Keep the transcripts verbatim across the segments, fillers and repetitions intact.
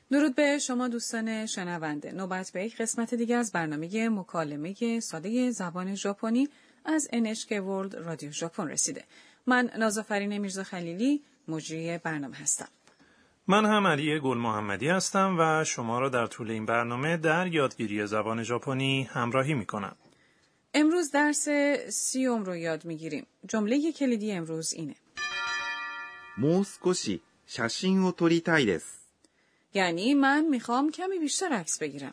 درود به شما دوستان شنونده. نوبت به یک قسمت دیگه از برنامه مکالمه ساده زبان ژاپنی از ان اچ کی ورلد رادیو ژاپن رسیده. من نازافرین میرزا خلیلی مجری برنامه هستم. من هم علی گل محمدی هستم و شما را در طول این برنامه در یادگیری زبان ژاپنی همراهی میکنم. امروز درس سیوم رو یاد میگیریم. جمله کلیدی امروز اینه: もう少し写真を撮りたいです。 یعنی من میخوام کمی بیشتر عکس بگیرم.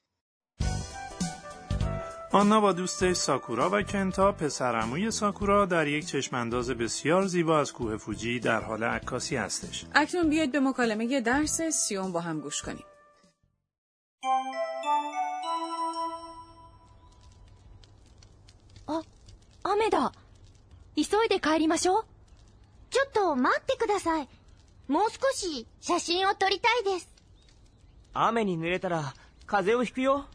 آنا با دوستش ساکورا و کنتا پسرعموی ساکورا در یک چشمانداز بسیار زیبا از کوه فوجی در حال عکاسی هستش. اکنون بیاید به مکالمه درس سیوم با هم گوش کنیم. あ、雨だ。急いで帰りましょう。 ちょっと待ってください。もう少し写真を撮りたいです。 雨に濡れたら風邪をひくよ。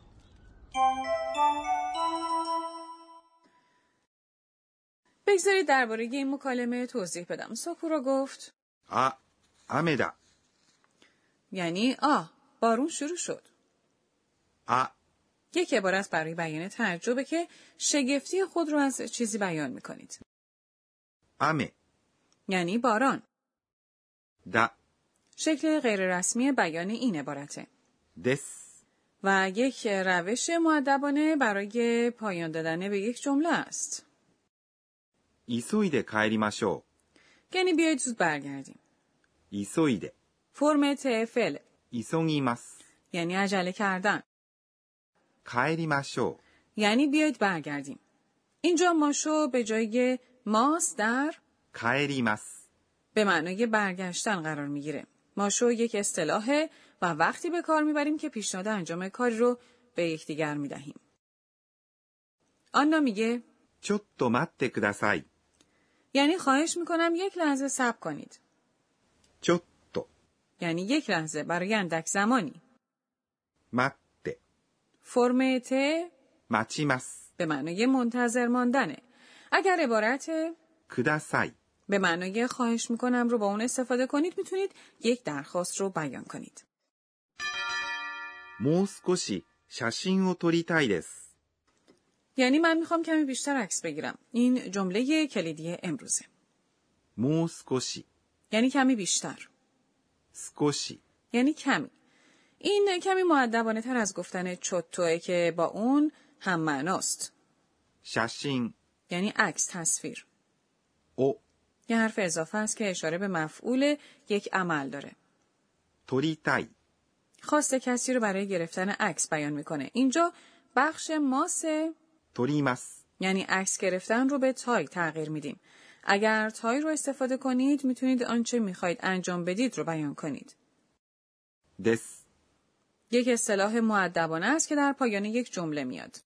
بگذارید درباره این مکالمه توضیح بدم. ساکورا گفت あ、雨だ。 یعنی آه بارون شروع شد. あ、 یک عبارت برای بیان تعجبه که شگفتی خود رو از چیزی بیان میکنید. 雨 یعنی باران. だ شکل غیر رسمی بیان این عبارته です。 و یک روش مؤدبانه برای پایان دادن به یک جمله است. 急いで帰りましょ یعنی بیایید زود برگردیم. う。急いで فرم تفل 急ぎます。 یعنی عجله کردن. 帰りましょ یعنی بیایید برگردیم. اینجا ماشو به جای ماس در う。帰ります。 به معنای برگشتن قرار میگیره. ماشو یک اصطلاحه و وقتی به کار میبریم که پیشنهاد انجام کاری رو به یکدیگر میدهیم. آنا میگه ちょっと待ってください。 یعنی خواهش میکنم یک لحظه صبر کنید. ちょっと یعنی یک لحظه برای اندک زمانی. 待って فرم ت 待ちます。 به معنای منتظر ماندنه. اگر عبارت ください به معنای خواهش میکنم رو با اون استفاده کنید میتونید یک درخواست رو بیان کنید. もう少し写真を撮りたいです。 یعنی من میخوام کمی بیشتر عکس بگیرم. این جمله کلیدی امروزه. もう少し یعنی کمی بیشتر. 少し یعنی کمی. این کمی مؤدبانه تر از گفتن چوتوه که با اون هم معناست. 写真 یعنی عکس، تصویر. を یه حرف اضافه است که اشاره به مفعول یک عمل داره. 撮りたい خواست کسی رو برای گرفتن عکس بیان میکنه. اینجا بخش ماس 撮ります。 یعنی عکس گرفتن رو به تای تغییر میدیم. اگر تای رو استفاده کنید میتونید آنچه میخواید انجام بدید رو بیان کنید. です。 یک اصطلاح مؤدبانه است که در پایان یک جمله میاد.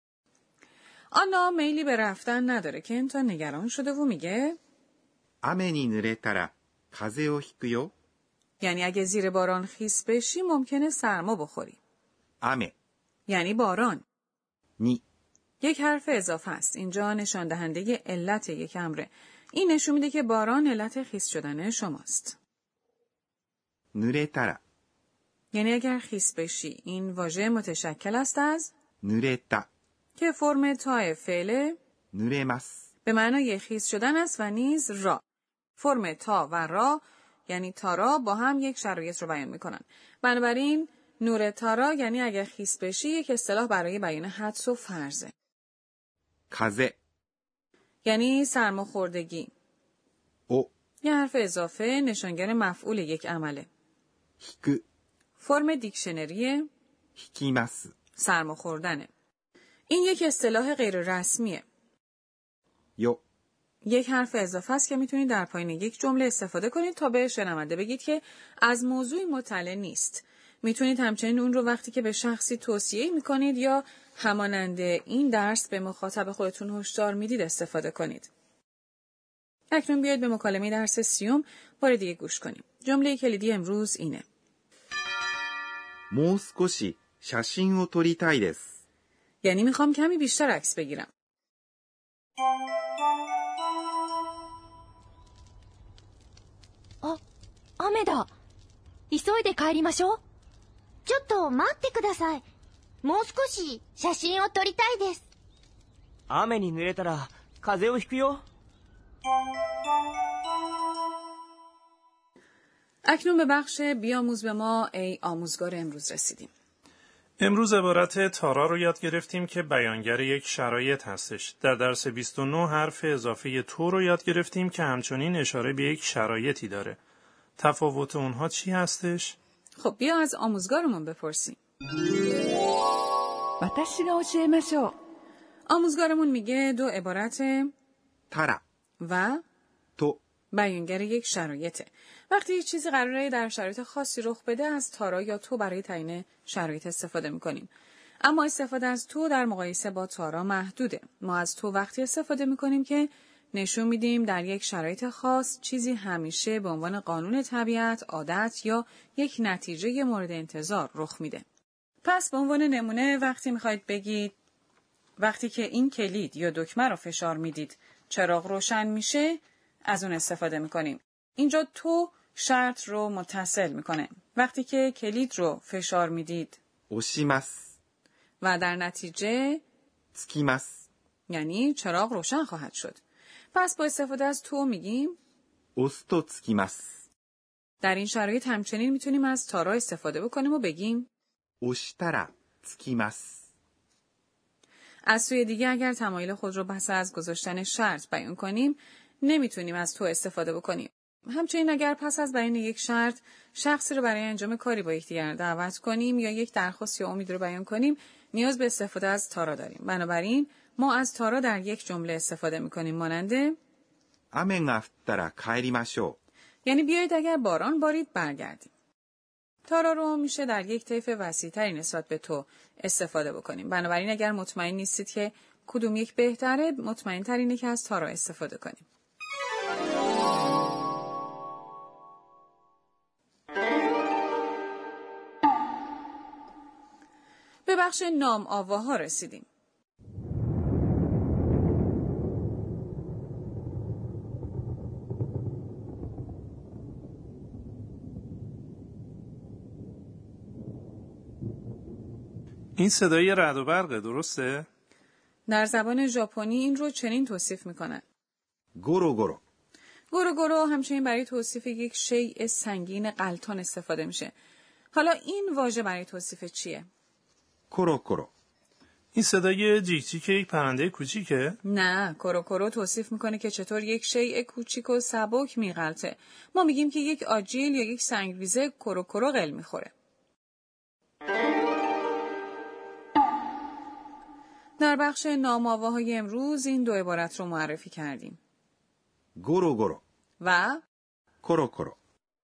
آنا میلی به رفتن نداره که انتا نگران شده و میگه 雨に濡れたら風邪をひくよ。 یعنی اگه زیر باران خیس بشی ممکنه سرما بخوری. 雨 یعنی باران. に یک حرف اضافه است. اینجا نشان دهنده علت یک امره. این نشون میده که باران علت خیس شدن شماست. 濡れたら یعنی اگر خیس بشی. این واژه متشکل است از 濡れた که فرم تا فعل 濡れます。 به معنای خیس شدن است و نیز را. فرم تا و را یعنی تارا با هم یک شرایط رو بیان میکنن. بنابراین نور تارا یعنی اگر خیس بشی یک اصطلاح برای بیان حدس و فرضه. 風 یعنی سرماخوردگی. を یه حرف اضافه نشانگر مفعول یک عمله. ひく فرم دیکشنری ひきます。 سرماخوردنه. این یک اصطلاح غیر رسمیه. よ یک حرف اضافه است که میتونید در پایین یک جمله استفاده کنید تا به شنونده بگید که از موضوعی مطلع نیست. میتونید همچنین اون رو وقتی که به شخصی توصیه میکنید یا همانند این درس به مخاطب خودتون هشدار میدید استفاده کنید. اکنون بیاید به مکالمه درس سیوم بار دیگه گوش کنیم. جمله کلیدی امروز اینه: もう少し写真を撮りたいです。 یعنی میخوام کمی بیشتر عکس بگیرم. あ、雨だ。急いで帰りましょう。 ちょっと待ってください。もう少し写真を撮りたいです。 雨に濡れたら風邪をひくよ. اکنون به بخش بیاموز به ما ای آموزگار امروز رسیدیم. امروز عبارت تارا رو یاد گرفتیم که بیانگر یک شرایط هستش. در درس بیست و نه حرف اضافه تو رو یاد گرفتیم که همچنین اشاره به یک شرایطی داره. تفاوت اونها چی هستش؟ خب بیا از آموزگارمون بپرسیم. 私が教えましょう. آموزگارمون میگه دو عبارت たら و と بیانگر یک شرایطه. وقتی یه چیزی قراره در شرایط خاصی رخ بده از تارا یا تو برای تعیین شرایط استفاده میکنیم. اما استفاده از تو در مقایسه با تارا محدوده. ما از تو وقتی استفاده میکنیم که نشون میدیم در یک شرایط خاص چیزی همیشه به عنوان قانون طبیعت، عادت یا یک نتیجه مورد انتظار رخ میده. پس به عنوان نمونه وقتی میخواید بگید وقتی که این کلید یا دکمه رو فشار میدید چراغ روشن میشه، از اون استفاده میکنیم. اینجا تو شرط رو متصل میکنه. وقتی که کلید رو فشار میدید 押します و در نتیجه つきます یعنی چراغ روشن خواهد شد. پس با استفاده از تو میگیم 押すとつきます در این شرایط همچنین میتونیم از تارا استفاده بکنیم و بگیم 押したらつきます از سوی دیگه اگر تمایل خود رو پس از گذاشتن شرط بیان کنیم نمیتونیم از تو استفاده بکنیم. همچنین اگر پس از بیان یک شرط شخصی رو برای انجام کاری با یکدیگر دعوت کنیم یا یک درخواست یا امید رو بیان کنیم نیاز به استفاده از تارا داریم. بنابراین ما از تارا در یک جمله استفاده میکنیم مانند 雨が降ったら帰りましょう یعنی بیایید اگر باران بارید برگردیم. تارا رو میشه در یک طیف وسیع‌تری نسبت به تو استفاده بکنیم. بنابراین اگر مطمئن نیستید که کدوم یک بهتره مطمئن تر اینه که از تارا استفاده کنیم. به بخش نام آواها رسیدیم. این صدای رعد و برقه، درسته؟ در زبان ژاپنی این رو چنین توصیف میکنن. ゴロゴロ گورو گورو همچنین برای توصیف یک شیء سنگین غلطان استفاده میشه. حالا این واژه برای توصیف چیه؟ コロコロ این صدای جیک جیک یک پرنده کوچیکه؟ نه، کورو کورو توصیف میکنه که چطور یک شیء کوچیک و سبک میغلطه. ما میگیم که یک آجیل یا یک سنگریزه کورو کورو قل میخوره. در بخش نام‌آواهای امروز این دو عبارت رو معرفی کردیم. ゴロゴロ و コロコロ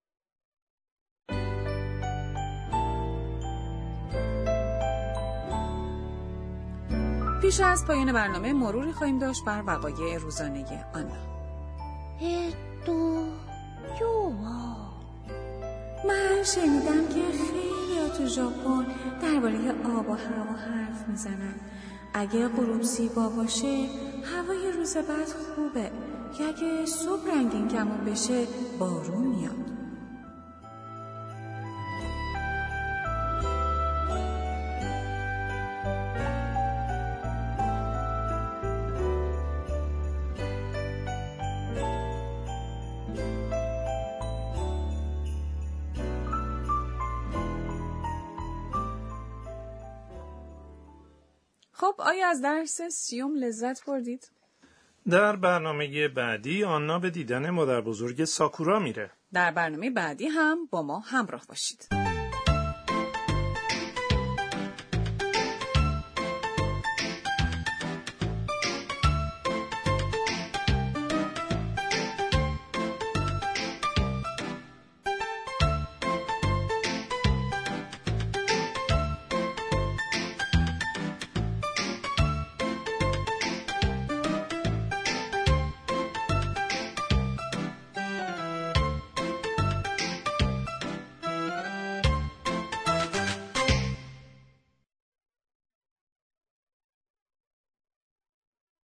پیش از پایان برنامه مروری خواهیم داشت بر وقایع روزانه آن. えーっと今日は من شنیدم که خیلی تو ژاپن درباره آب و هوا حرف میزنن. اگه غروب زیبا باشه هوای روز بعد خوبه یا اگه صبح رنگین کمون بشه بارون میاد. خب آیا از درس سیوم لذت بردید؟ در برنامه بعدی آنا به دیدن مادر بزرگ ساکورا میره. در برنامه بعدی هم با ما همراه باشید.